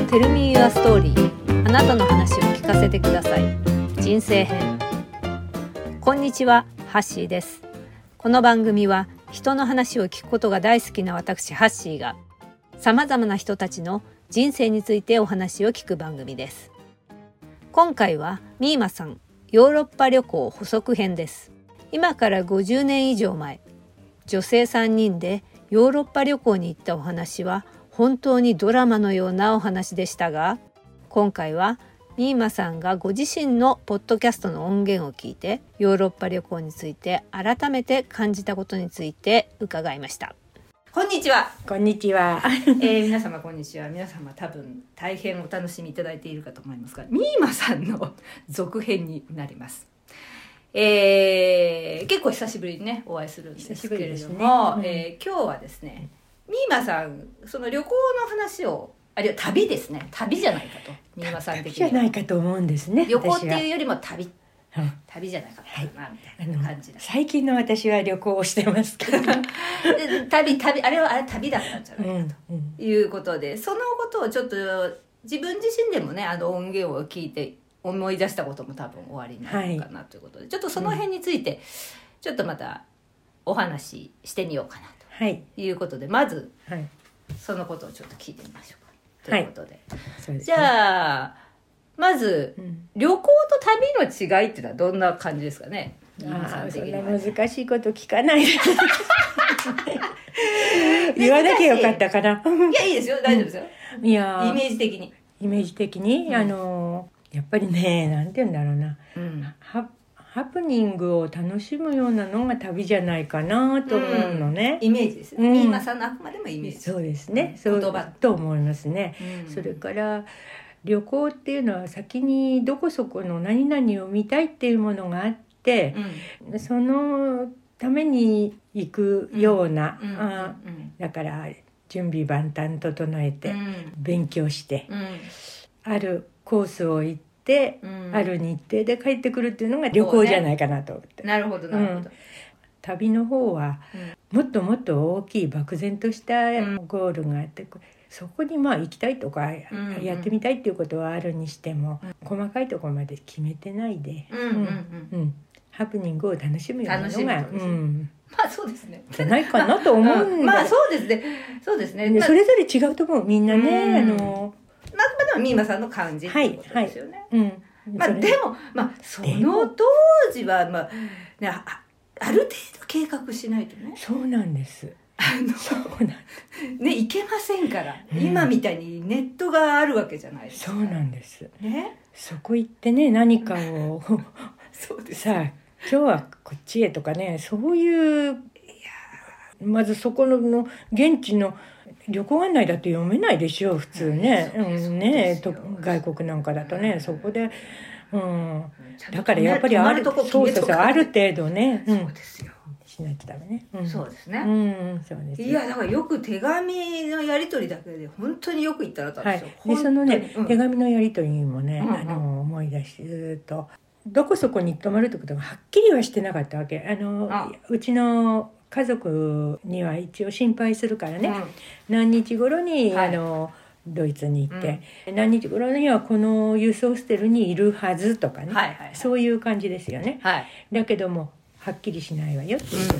Tell me your story あなたの話を聞かせてください。人生編。こんにちは、ハッシーです。この番組は人の話を聞くことが大好きな私ハッシーが様々な人たちの人生についてお話を聞く番組です。今回はミーマさんヨーロッパ旅行補足編です。今から50年以上前、女性3人でヨーロッパ旅行に行ったお話は本当にドラマのようなお話でしたが、今回はミーマさんがご自身のポッドキャストの音源を聞いてヨーロッパ旅行について改めて感じたことについて伺いました。こんにちは。 こんにちは。 皆様こんにちは。皆様多分大変お楽しみいただいているかと思いますが、ミーマさんの続編になります。結構久しぶりにねお会いするんですけれども、今日はですね、ミーマさんその旅行の話を、あるいは旅ですね、旅じゃないかと、ミーマさん的に旅じゃないかと思うんですね。 旅行っていうよりも旅じゃないかな、みたいな感じだ。 最近の私は旅行をしてますけど旅あれ旅だったんじゃないかということで、そのことをちょっと自分自身でもね音源を聞いて思い出したことも多分終わりになるかなということで、ちょっとその辺についてちょっとまたお話ししてみようかなということで、まずそのことをちょっと聞いてみましょうかということで、 そうですね。 じゃあまず、旅行と旅の違いっていうのはどんな感じですかね。 そんな難しいこと聞かないで言わなきゃよかったかな。 いやいいですよ、大丈夫ですよ。 いやイメージ的に、 やっぱりね、なんて言うんだろうな、ハプニングを楽しむようなのが旅じゃないかなと思うのね。 イメージですね。ミーマさんのあくまでもイメージ。 そうですね。 言葉と思いますね。それから旅行っていうのは先にどこそこの何々を見たいっていうものがあって、そのために行くような、だから準備万端整えて、勉強して、あるコースを行って、ある日程で帰ってくるっていうのが旅行じゃないかなと思って。 なるほどなるほど。 旅の方はもっともっと大きい漠然としたゴールがあって、そこに行きたいとかやってみたいっていうことはあるにしても、細かいところまで決めてないで、ハプニングを楽しむようなのが、 そうですね、 じゃないかなと思うんだ。 そうですね。 それぞれ違うと思う、みんなね。 でもミーマさんの感じっていうことですよね。でもその当時はある程度計画しないとね。 そうなんです。 いけませんから、今みたいにネットがあるわけじゃないですか。 そうなんですね。 そこ行ってね、何かをそうですさあ今日はこっちへとかね、そういう、まずそこの現地の旅行案内だって読めないでしょ普通ね。外国なんかだとね、そこで、だからやっぱりある程度ね、 そうですよ、 しないとダメね。 そうですね。 そうです。 いやだからよく手紙のやり取りだけで本当によく言ったらったんですよ。 でそのね、手紙のやり取りにもね、思い出すと、どこそこに泊まるってことがはっきりはしてなかったわけ。うちの家族には一応心配するからね、何日頃にドイツに行って、何日頃にはこの輸送ステルにいるはずとかね、そういう感じですよね。だけどもはっきりしないわよっていうこと、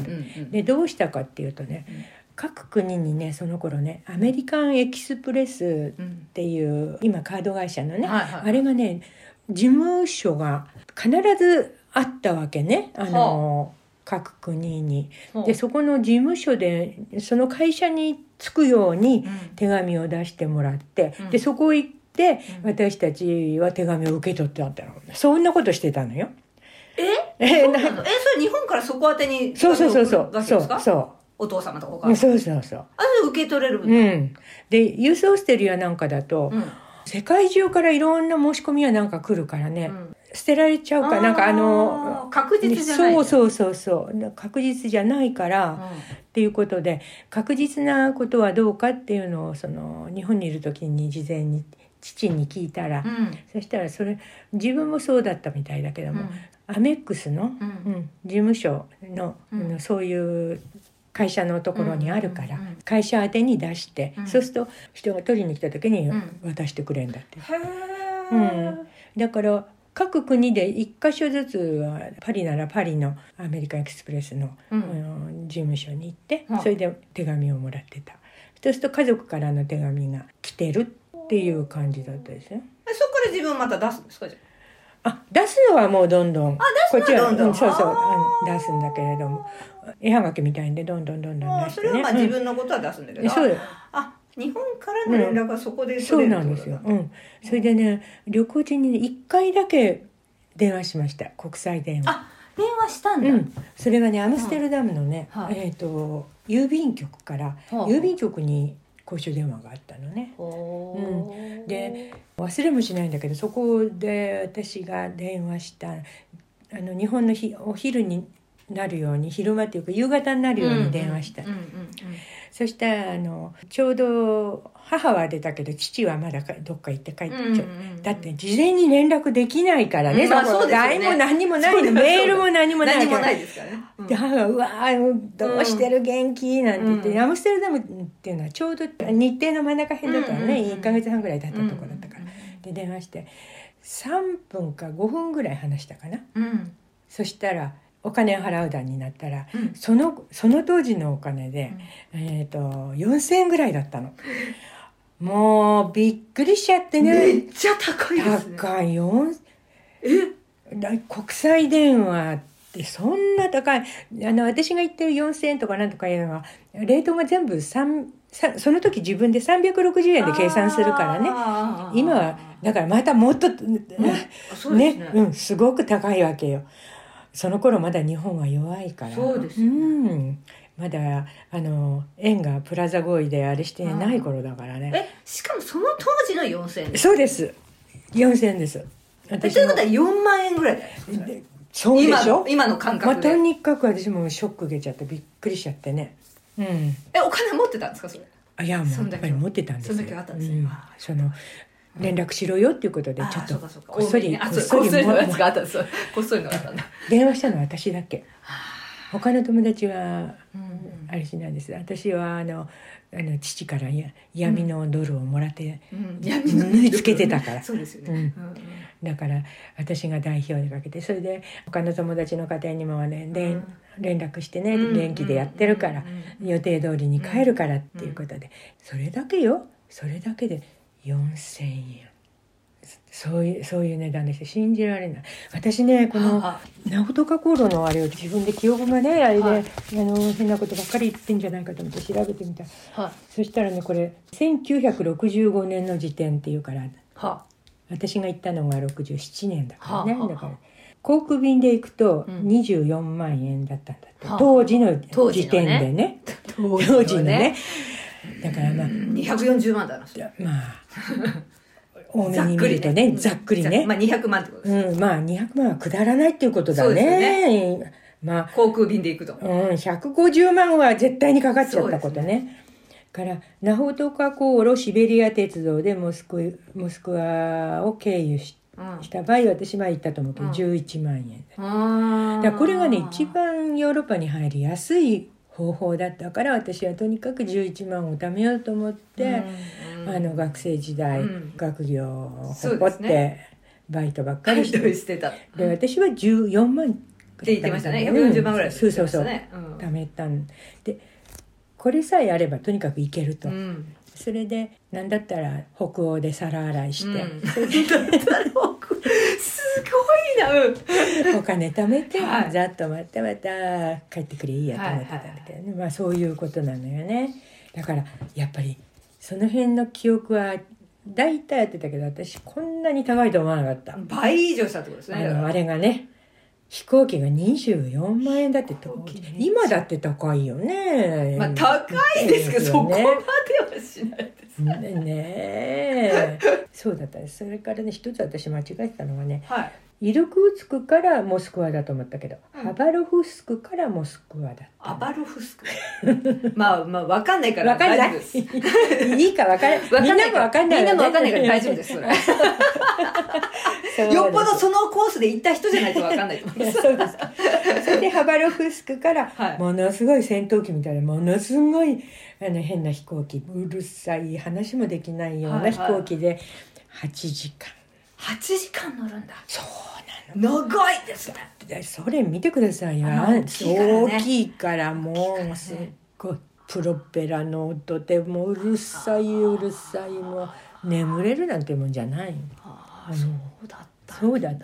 でどうしたかっていうとね、各国にね、その頃ねアメリカンエキスプレスっていう、今カード会社のね、あれがね事務所が必ずあったわけね、各国に。でそこの事務所でその会社に着くように手紙を出してもらって、でそこ行って私たちは手紙を受け取ってあったの。そんなことしてたのよ。 それ日本からそこ宛てにそうお父様とかお母様。 そう受け取れるんだ。 で輸送ステルやなんかだと、世界中からいろんな申し込みやなんか来るからね、捨てられちゃうから、なんか確実じゃない。 そう確実じゃないから、っていうことで確実なことはどうかっていうのを日本にいる時に事前に父に聞いたら、そしたらそれ自分もそうだったみたいだけども、アメックスの、事務所の、そういう会社のところにあるから、会社宛てに出して、そうすると人が取りに来た時に渡してくれるんだって、だから各国で1箇所ずつはパリならパリのアメリカンエクスプレスの、事務所に行って、それで手紙をもらってた。そうすると家族からの手紙が来てるっていう感じだったですよ。 そこから自分また出すんですか？じゃ出すのはもうどんどん、 こっちはどんどん、 そうそう、出すんだけれども、絵はがきみたいんでどんどん出してね。 それは自分のことは出すんだけど、 そう日本からの連絡はそこでそうなんですよ。それでね、旅行中に1回だけ電話しました。国際電話。 電話したんだ。 それはね、アムステルダムのね、郵便局から郵便局に公衆電話があったのね。で忘れもしないんだけど、そこで私が電話した日本のお昼になるように、昼間っていうか夕方になるように電話した。そしたらちょうど母は出たけど父はまだどっか行って帰ってきちゃう、だって事前に連絡できないからね、LINE も何もないの、メールも何もないから、 ですからね。 で母が「うわーどうしてる元気?」なんて言って、アムステルダムっていうのはちょうど日程の真ん中辺だったのね、1ヶ月半ぐらい経ったところだったから、で電話して3分か5分ぐらい話したかな、そしたらお金を払う段になったら、その当時のお金で、4000円ぐらいだったの。もうびっくりしちゃってね。 めっちゃ高いですね。 高いよ。国際電話ってそんな高い。私が言ってる4000円とかなんとかいうのはレートが全部その時自分で360円で計算するからね。今はだからまたもっとすごく高いわけよ。その頃まだ日本は弱いから。 そうですよね。 まだ円がプラザ合意であれしてない頃だからね。 しかもその当時の4000円。 そうです。4000円です。 ということは4万円ぐらいだよ。 そうでしょ。 今の感覚で。 とにかく私もショック受けちゃってびっくりしちゃってね。 お金持ってたんですかそれ？ いやもうやっぱり持ってたんですよ。 その時あったんですね。 連絡しろよっていうことでちょっとこっそりのやつがあったんです。こっそりのがあったんだ。 電話したのは私だけ。他の友達はあれしないです。私は父から闇のドルをもらって縫い付けてたから。 そうですよね。 だから私が代表でかけて、それで他の友達の家庭にもね連絡してね、元気でやってるから予定通りに帰るからっていうことで、それだけよ。それだけで4000円。そういう値段でして信じられない。私ね、このナフトカ航路のあれを自分で記憶がねあれで、変なことばっかり言ってんじゃないかと思って調べてみた、そしたらねこれ1965年の時点っていうから、私が行ったのが67年だからね、だから航空便で行くと24万円だったんだって、当時の時点でね、当時のね、だから 240万だな。 多めに見るとね、ざっくりね。 200万ってことです。 200万はくだらないっていうことだね。 航空便で行くと。 150万は絶対にかかっちゃったことね。からナフトカ航路シベリア鉄道でモスクワを経由した場合、私は行ったと思うけど11万円だからこれがね一番ヨーロッパに入りやすい方法だったから、私はとにかく11万を貯めようと思って、学生時代、学業をほってバイトばっかりしてた。 で私は14万って言ってましたね。140万ぐらい。 そう貯めたんで、これさえあればとにかく行けると、それで何だったら北欧で皿洗いして、 すごいな。 お金貯めて、ざっと待ってまた帰ってくれいいやと思ってたんだけどね、そういうことなのよね。だからやっぱりその辺の記憶は大体やってたけど、私こんなに高いと思わなかった。 倍以上したってことですね。 あれがね、飛行機が24万円だって今だって高いよね。 高いですけど、そこまではしないですね。そうだったです。それからね、一つ私間違えてたのがね、 イルクーツクからモスクワだと思ったけど、ハバロフスクからモスクワだった。 ハバロフスクまあ分かんないから大丈夫ですいいか分かんないみんなも分かんない、 みんなも分かんないから大丈夫ですそれよっぽどそのコースで行った人じゃないと分かんないと思います。 そうですか。それでハバロフスクからものすごい戦闘機みたいな、ものすごい変な飛行機、うるさい話もできないような飛行機で8時間。 8時間乗るんだ。 そうなの。 長いですね。 それ見てくださいよ。大きいからもうすっごいプロペラの音でもうるさいもう眠れるなんてもんじゃない。 そうだった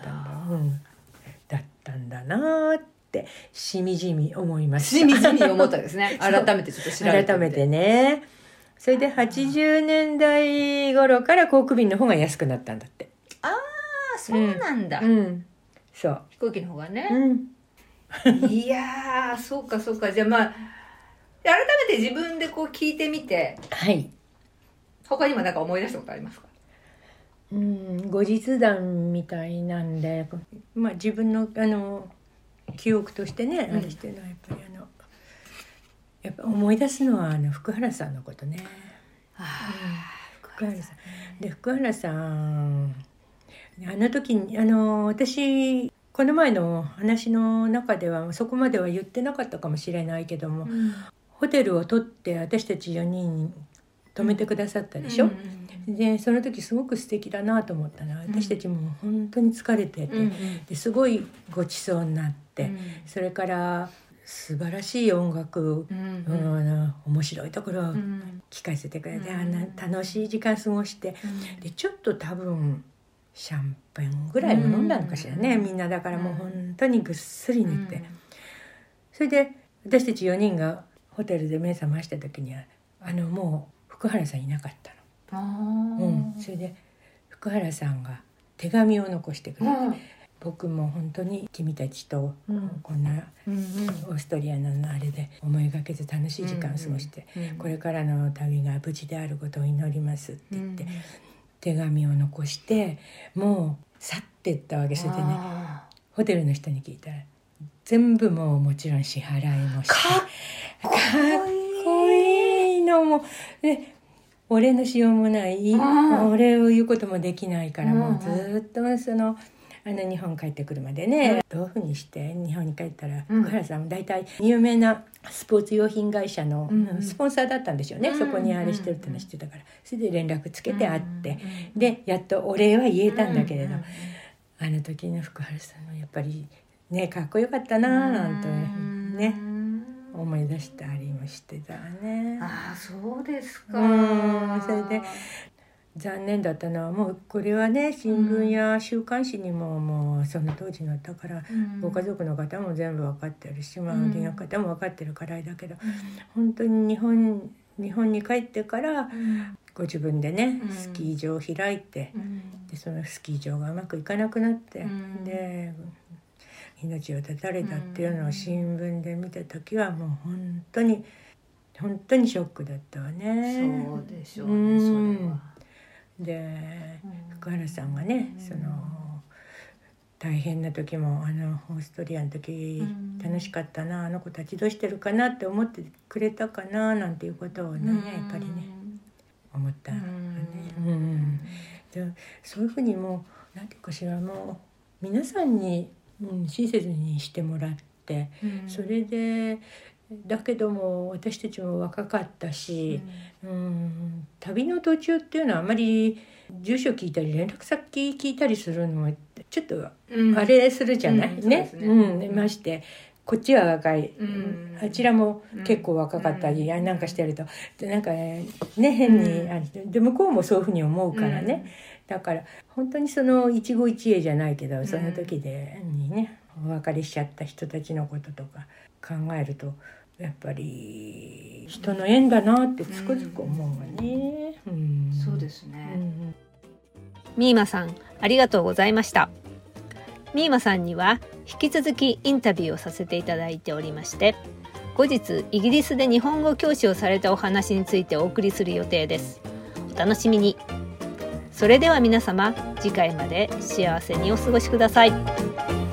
んだなってしみじみ思いました。 しみじみ思ったですね。改めてちょっと調べてみて。 改めてね。それで80年代頃から航空便の方が安くなったんだって。 ああ、そうなんだ。 そう。 飛行機の方がね。いやー、そうか。じゃあまあ改めて自分でこう聞いてみて。 はい。 他にもなんか思い出したことありますか？ 後日談みたいなんで、まあ自分の記憶としてね、あれしてるのはやっぱ思い出すのは福原さんのことね。福原さんで、福原さん時に私この前の話の中ではそこまでは言ってなかったかもしれないけども、ホテルを取って私たち4人泊めてくださったでしょ。でその時すごく素敵だなと思ったのは、私たちも本当に疲れてて、ですごいごちそうになって、それから素晴らしい音楽、面白いところを聴かせてくれて、楽しい時間過ごして、でちょっと多分シャンパンぐらいも飲んだのかしらね、みんな。だからもう本当にぐっすり寝て、それで私たち4人がホテルで目覚ました時にはもう福原さんいなかったの。それで福原さんが手紙を残してくれて、僕も本当に君たちとこんなオーストリアのあれで思いがけず楽しい時間を過ごして、これからの旅が無事であることを祈りますって言って、手紙を残してもう去っていったわけ。それでね、ホテルの人に聞いたら全部もちろん支払いもして、かっこいいのもで、お礼のしようもない、お礼を言うこともできないから、もうずっと日本帰ってくるまでね、どういうふうにして日本に帰ったら、福原さんも大体有名なスポーツ用品会社のスポンサーだったんでしょうね。そこにあれしてるってのは知ってたから、それで連絡つけて会って、でやっとお礼は言えたんだけれど、あの時の福原さんはやっぱりね、かっこよかったななんてね思い出したりもしてたね。 そうですか。 それで残念だったのは、もうこれはね、新聞や週刊誌にももうその当時のだから、ご家族の方も全部分かってるし、周りの方も分かってるからだけど、本当に日本に帰ってから、ご自分でねスキー場を開いて、でそのスキー場がうまくいかなくなって、で命を絶たれたっていうのを新聞で見た時はもう本当にショックだったわね。 そうでしょうね、それは。 で福原さんがね、大変な時もオーストリアの時楽しかったな、あの子たちどうしてるかなって思ってくれたかななんていうことをね、やっぱりね思ったね。でそういうふうにもうなんていうかしら、もう皆さんに、親切にしてもらって、それでだけども私たちも若かったし、旅の途中っていうのはあまり住所聞いたり連絡先聞いたりするのはちょっとあれするじゃない、ましてこっちは若い、あちらも結構若かったり、なんかしてるとなんかね変にで向こうもそういうふうに思うからね、だから本当にその一期一会じゃないけど、その時にねお別れしちゃった人たちのこととか考えると、やっぱり人の縁だなってつくづく思うわね。 そうですね。 ミーマさん、ありがとうございました。ミーマさんには引き続きインタビューをさせていただいておりまして、後日イギリスで日本語教師をされたお話についてお送りする予定です。お楽しみに。 それでは皆様、次回まで幸せにお過ごしください。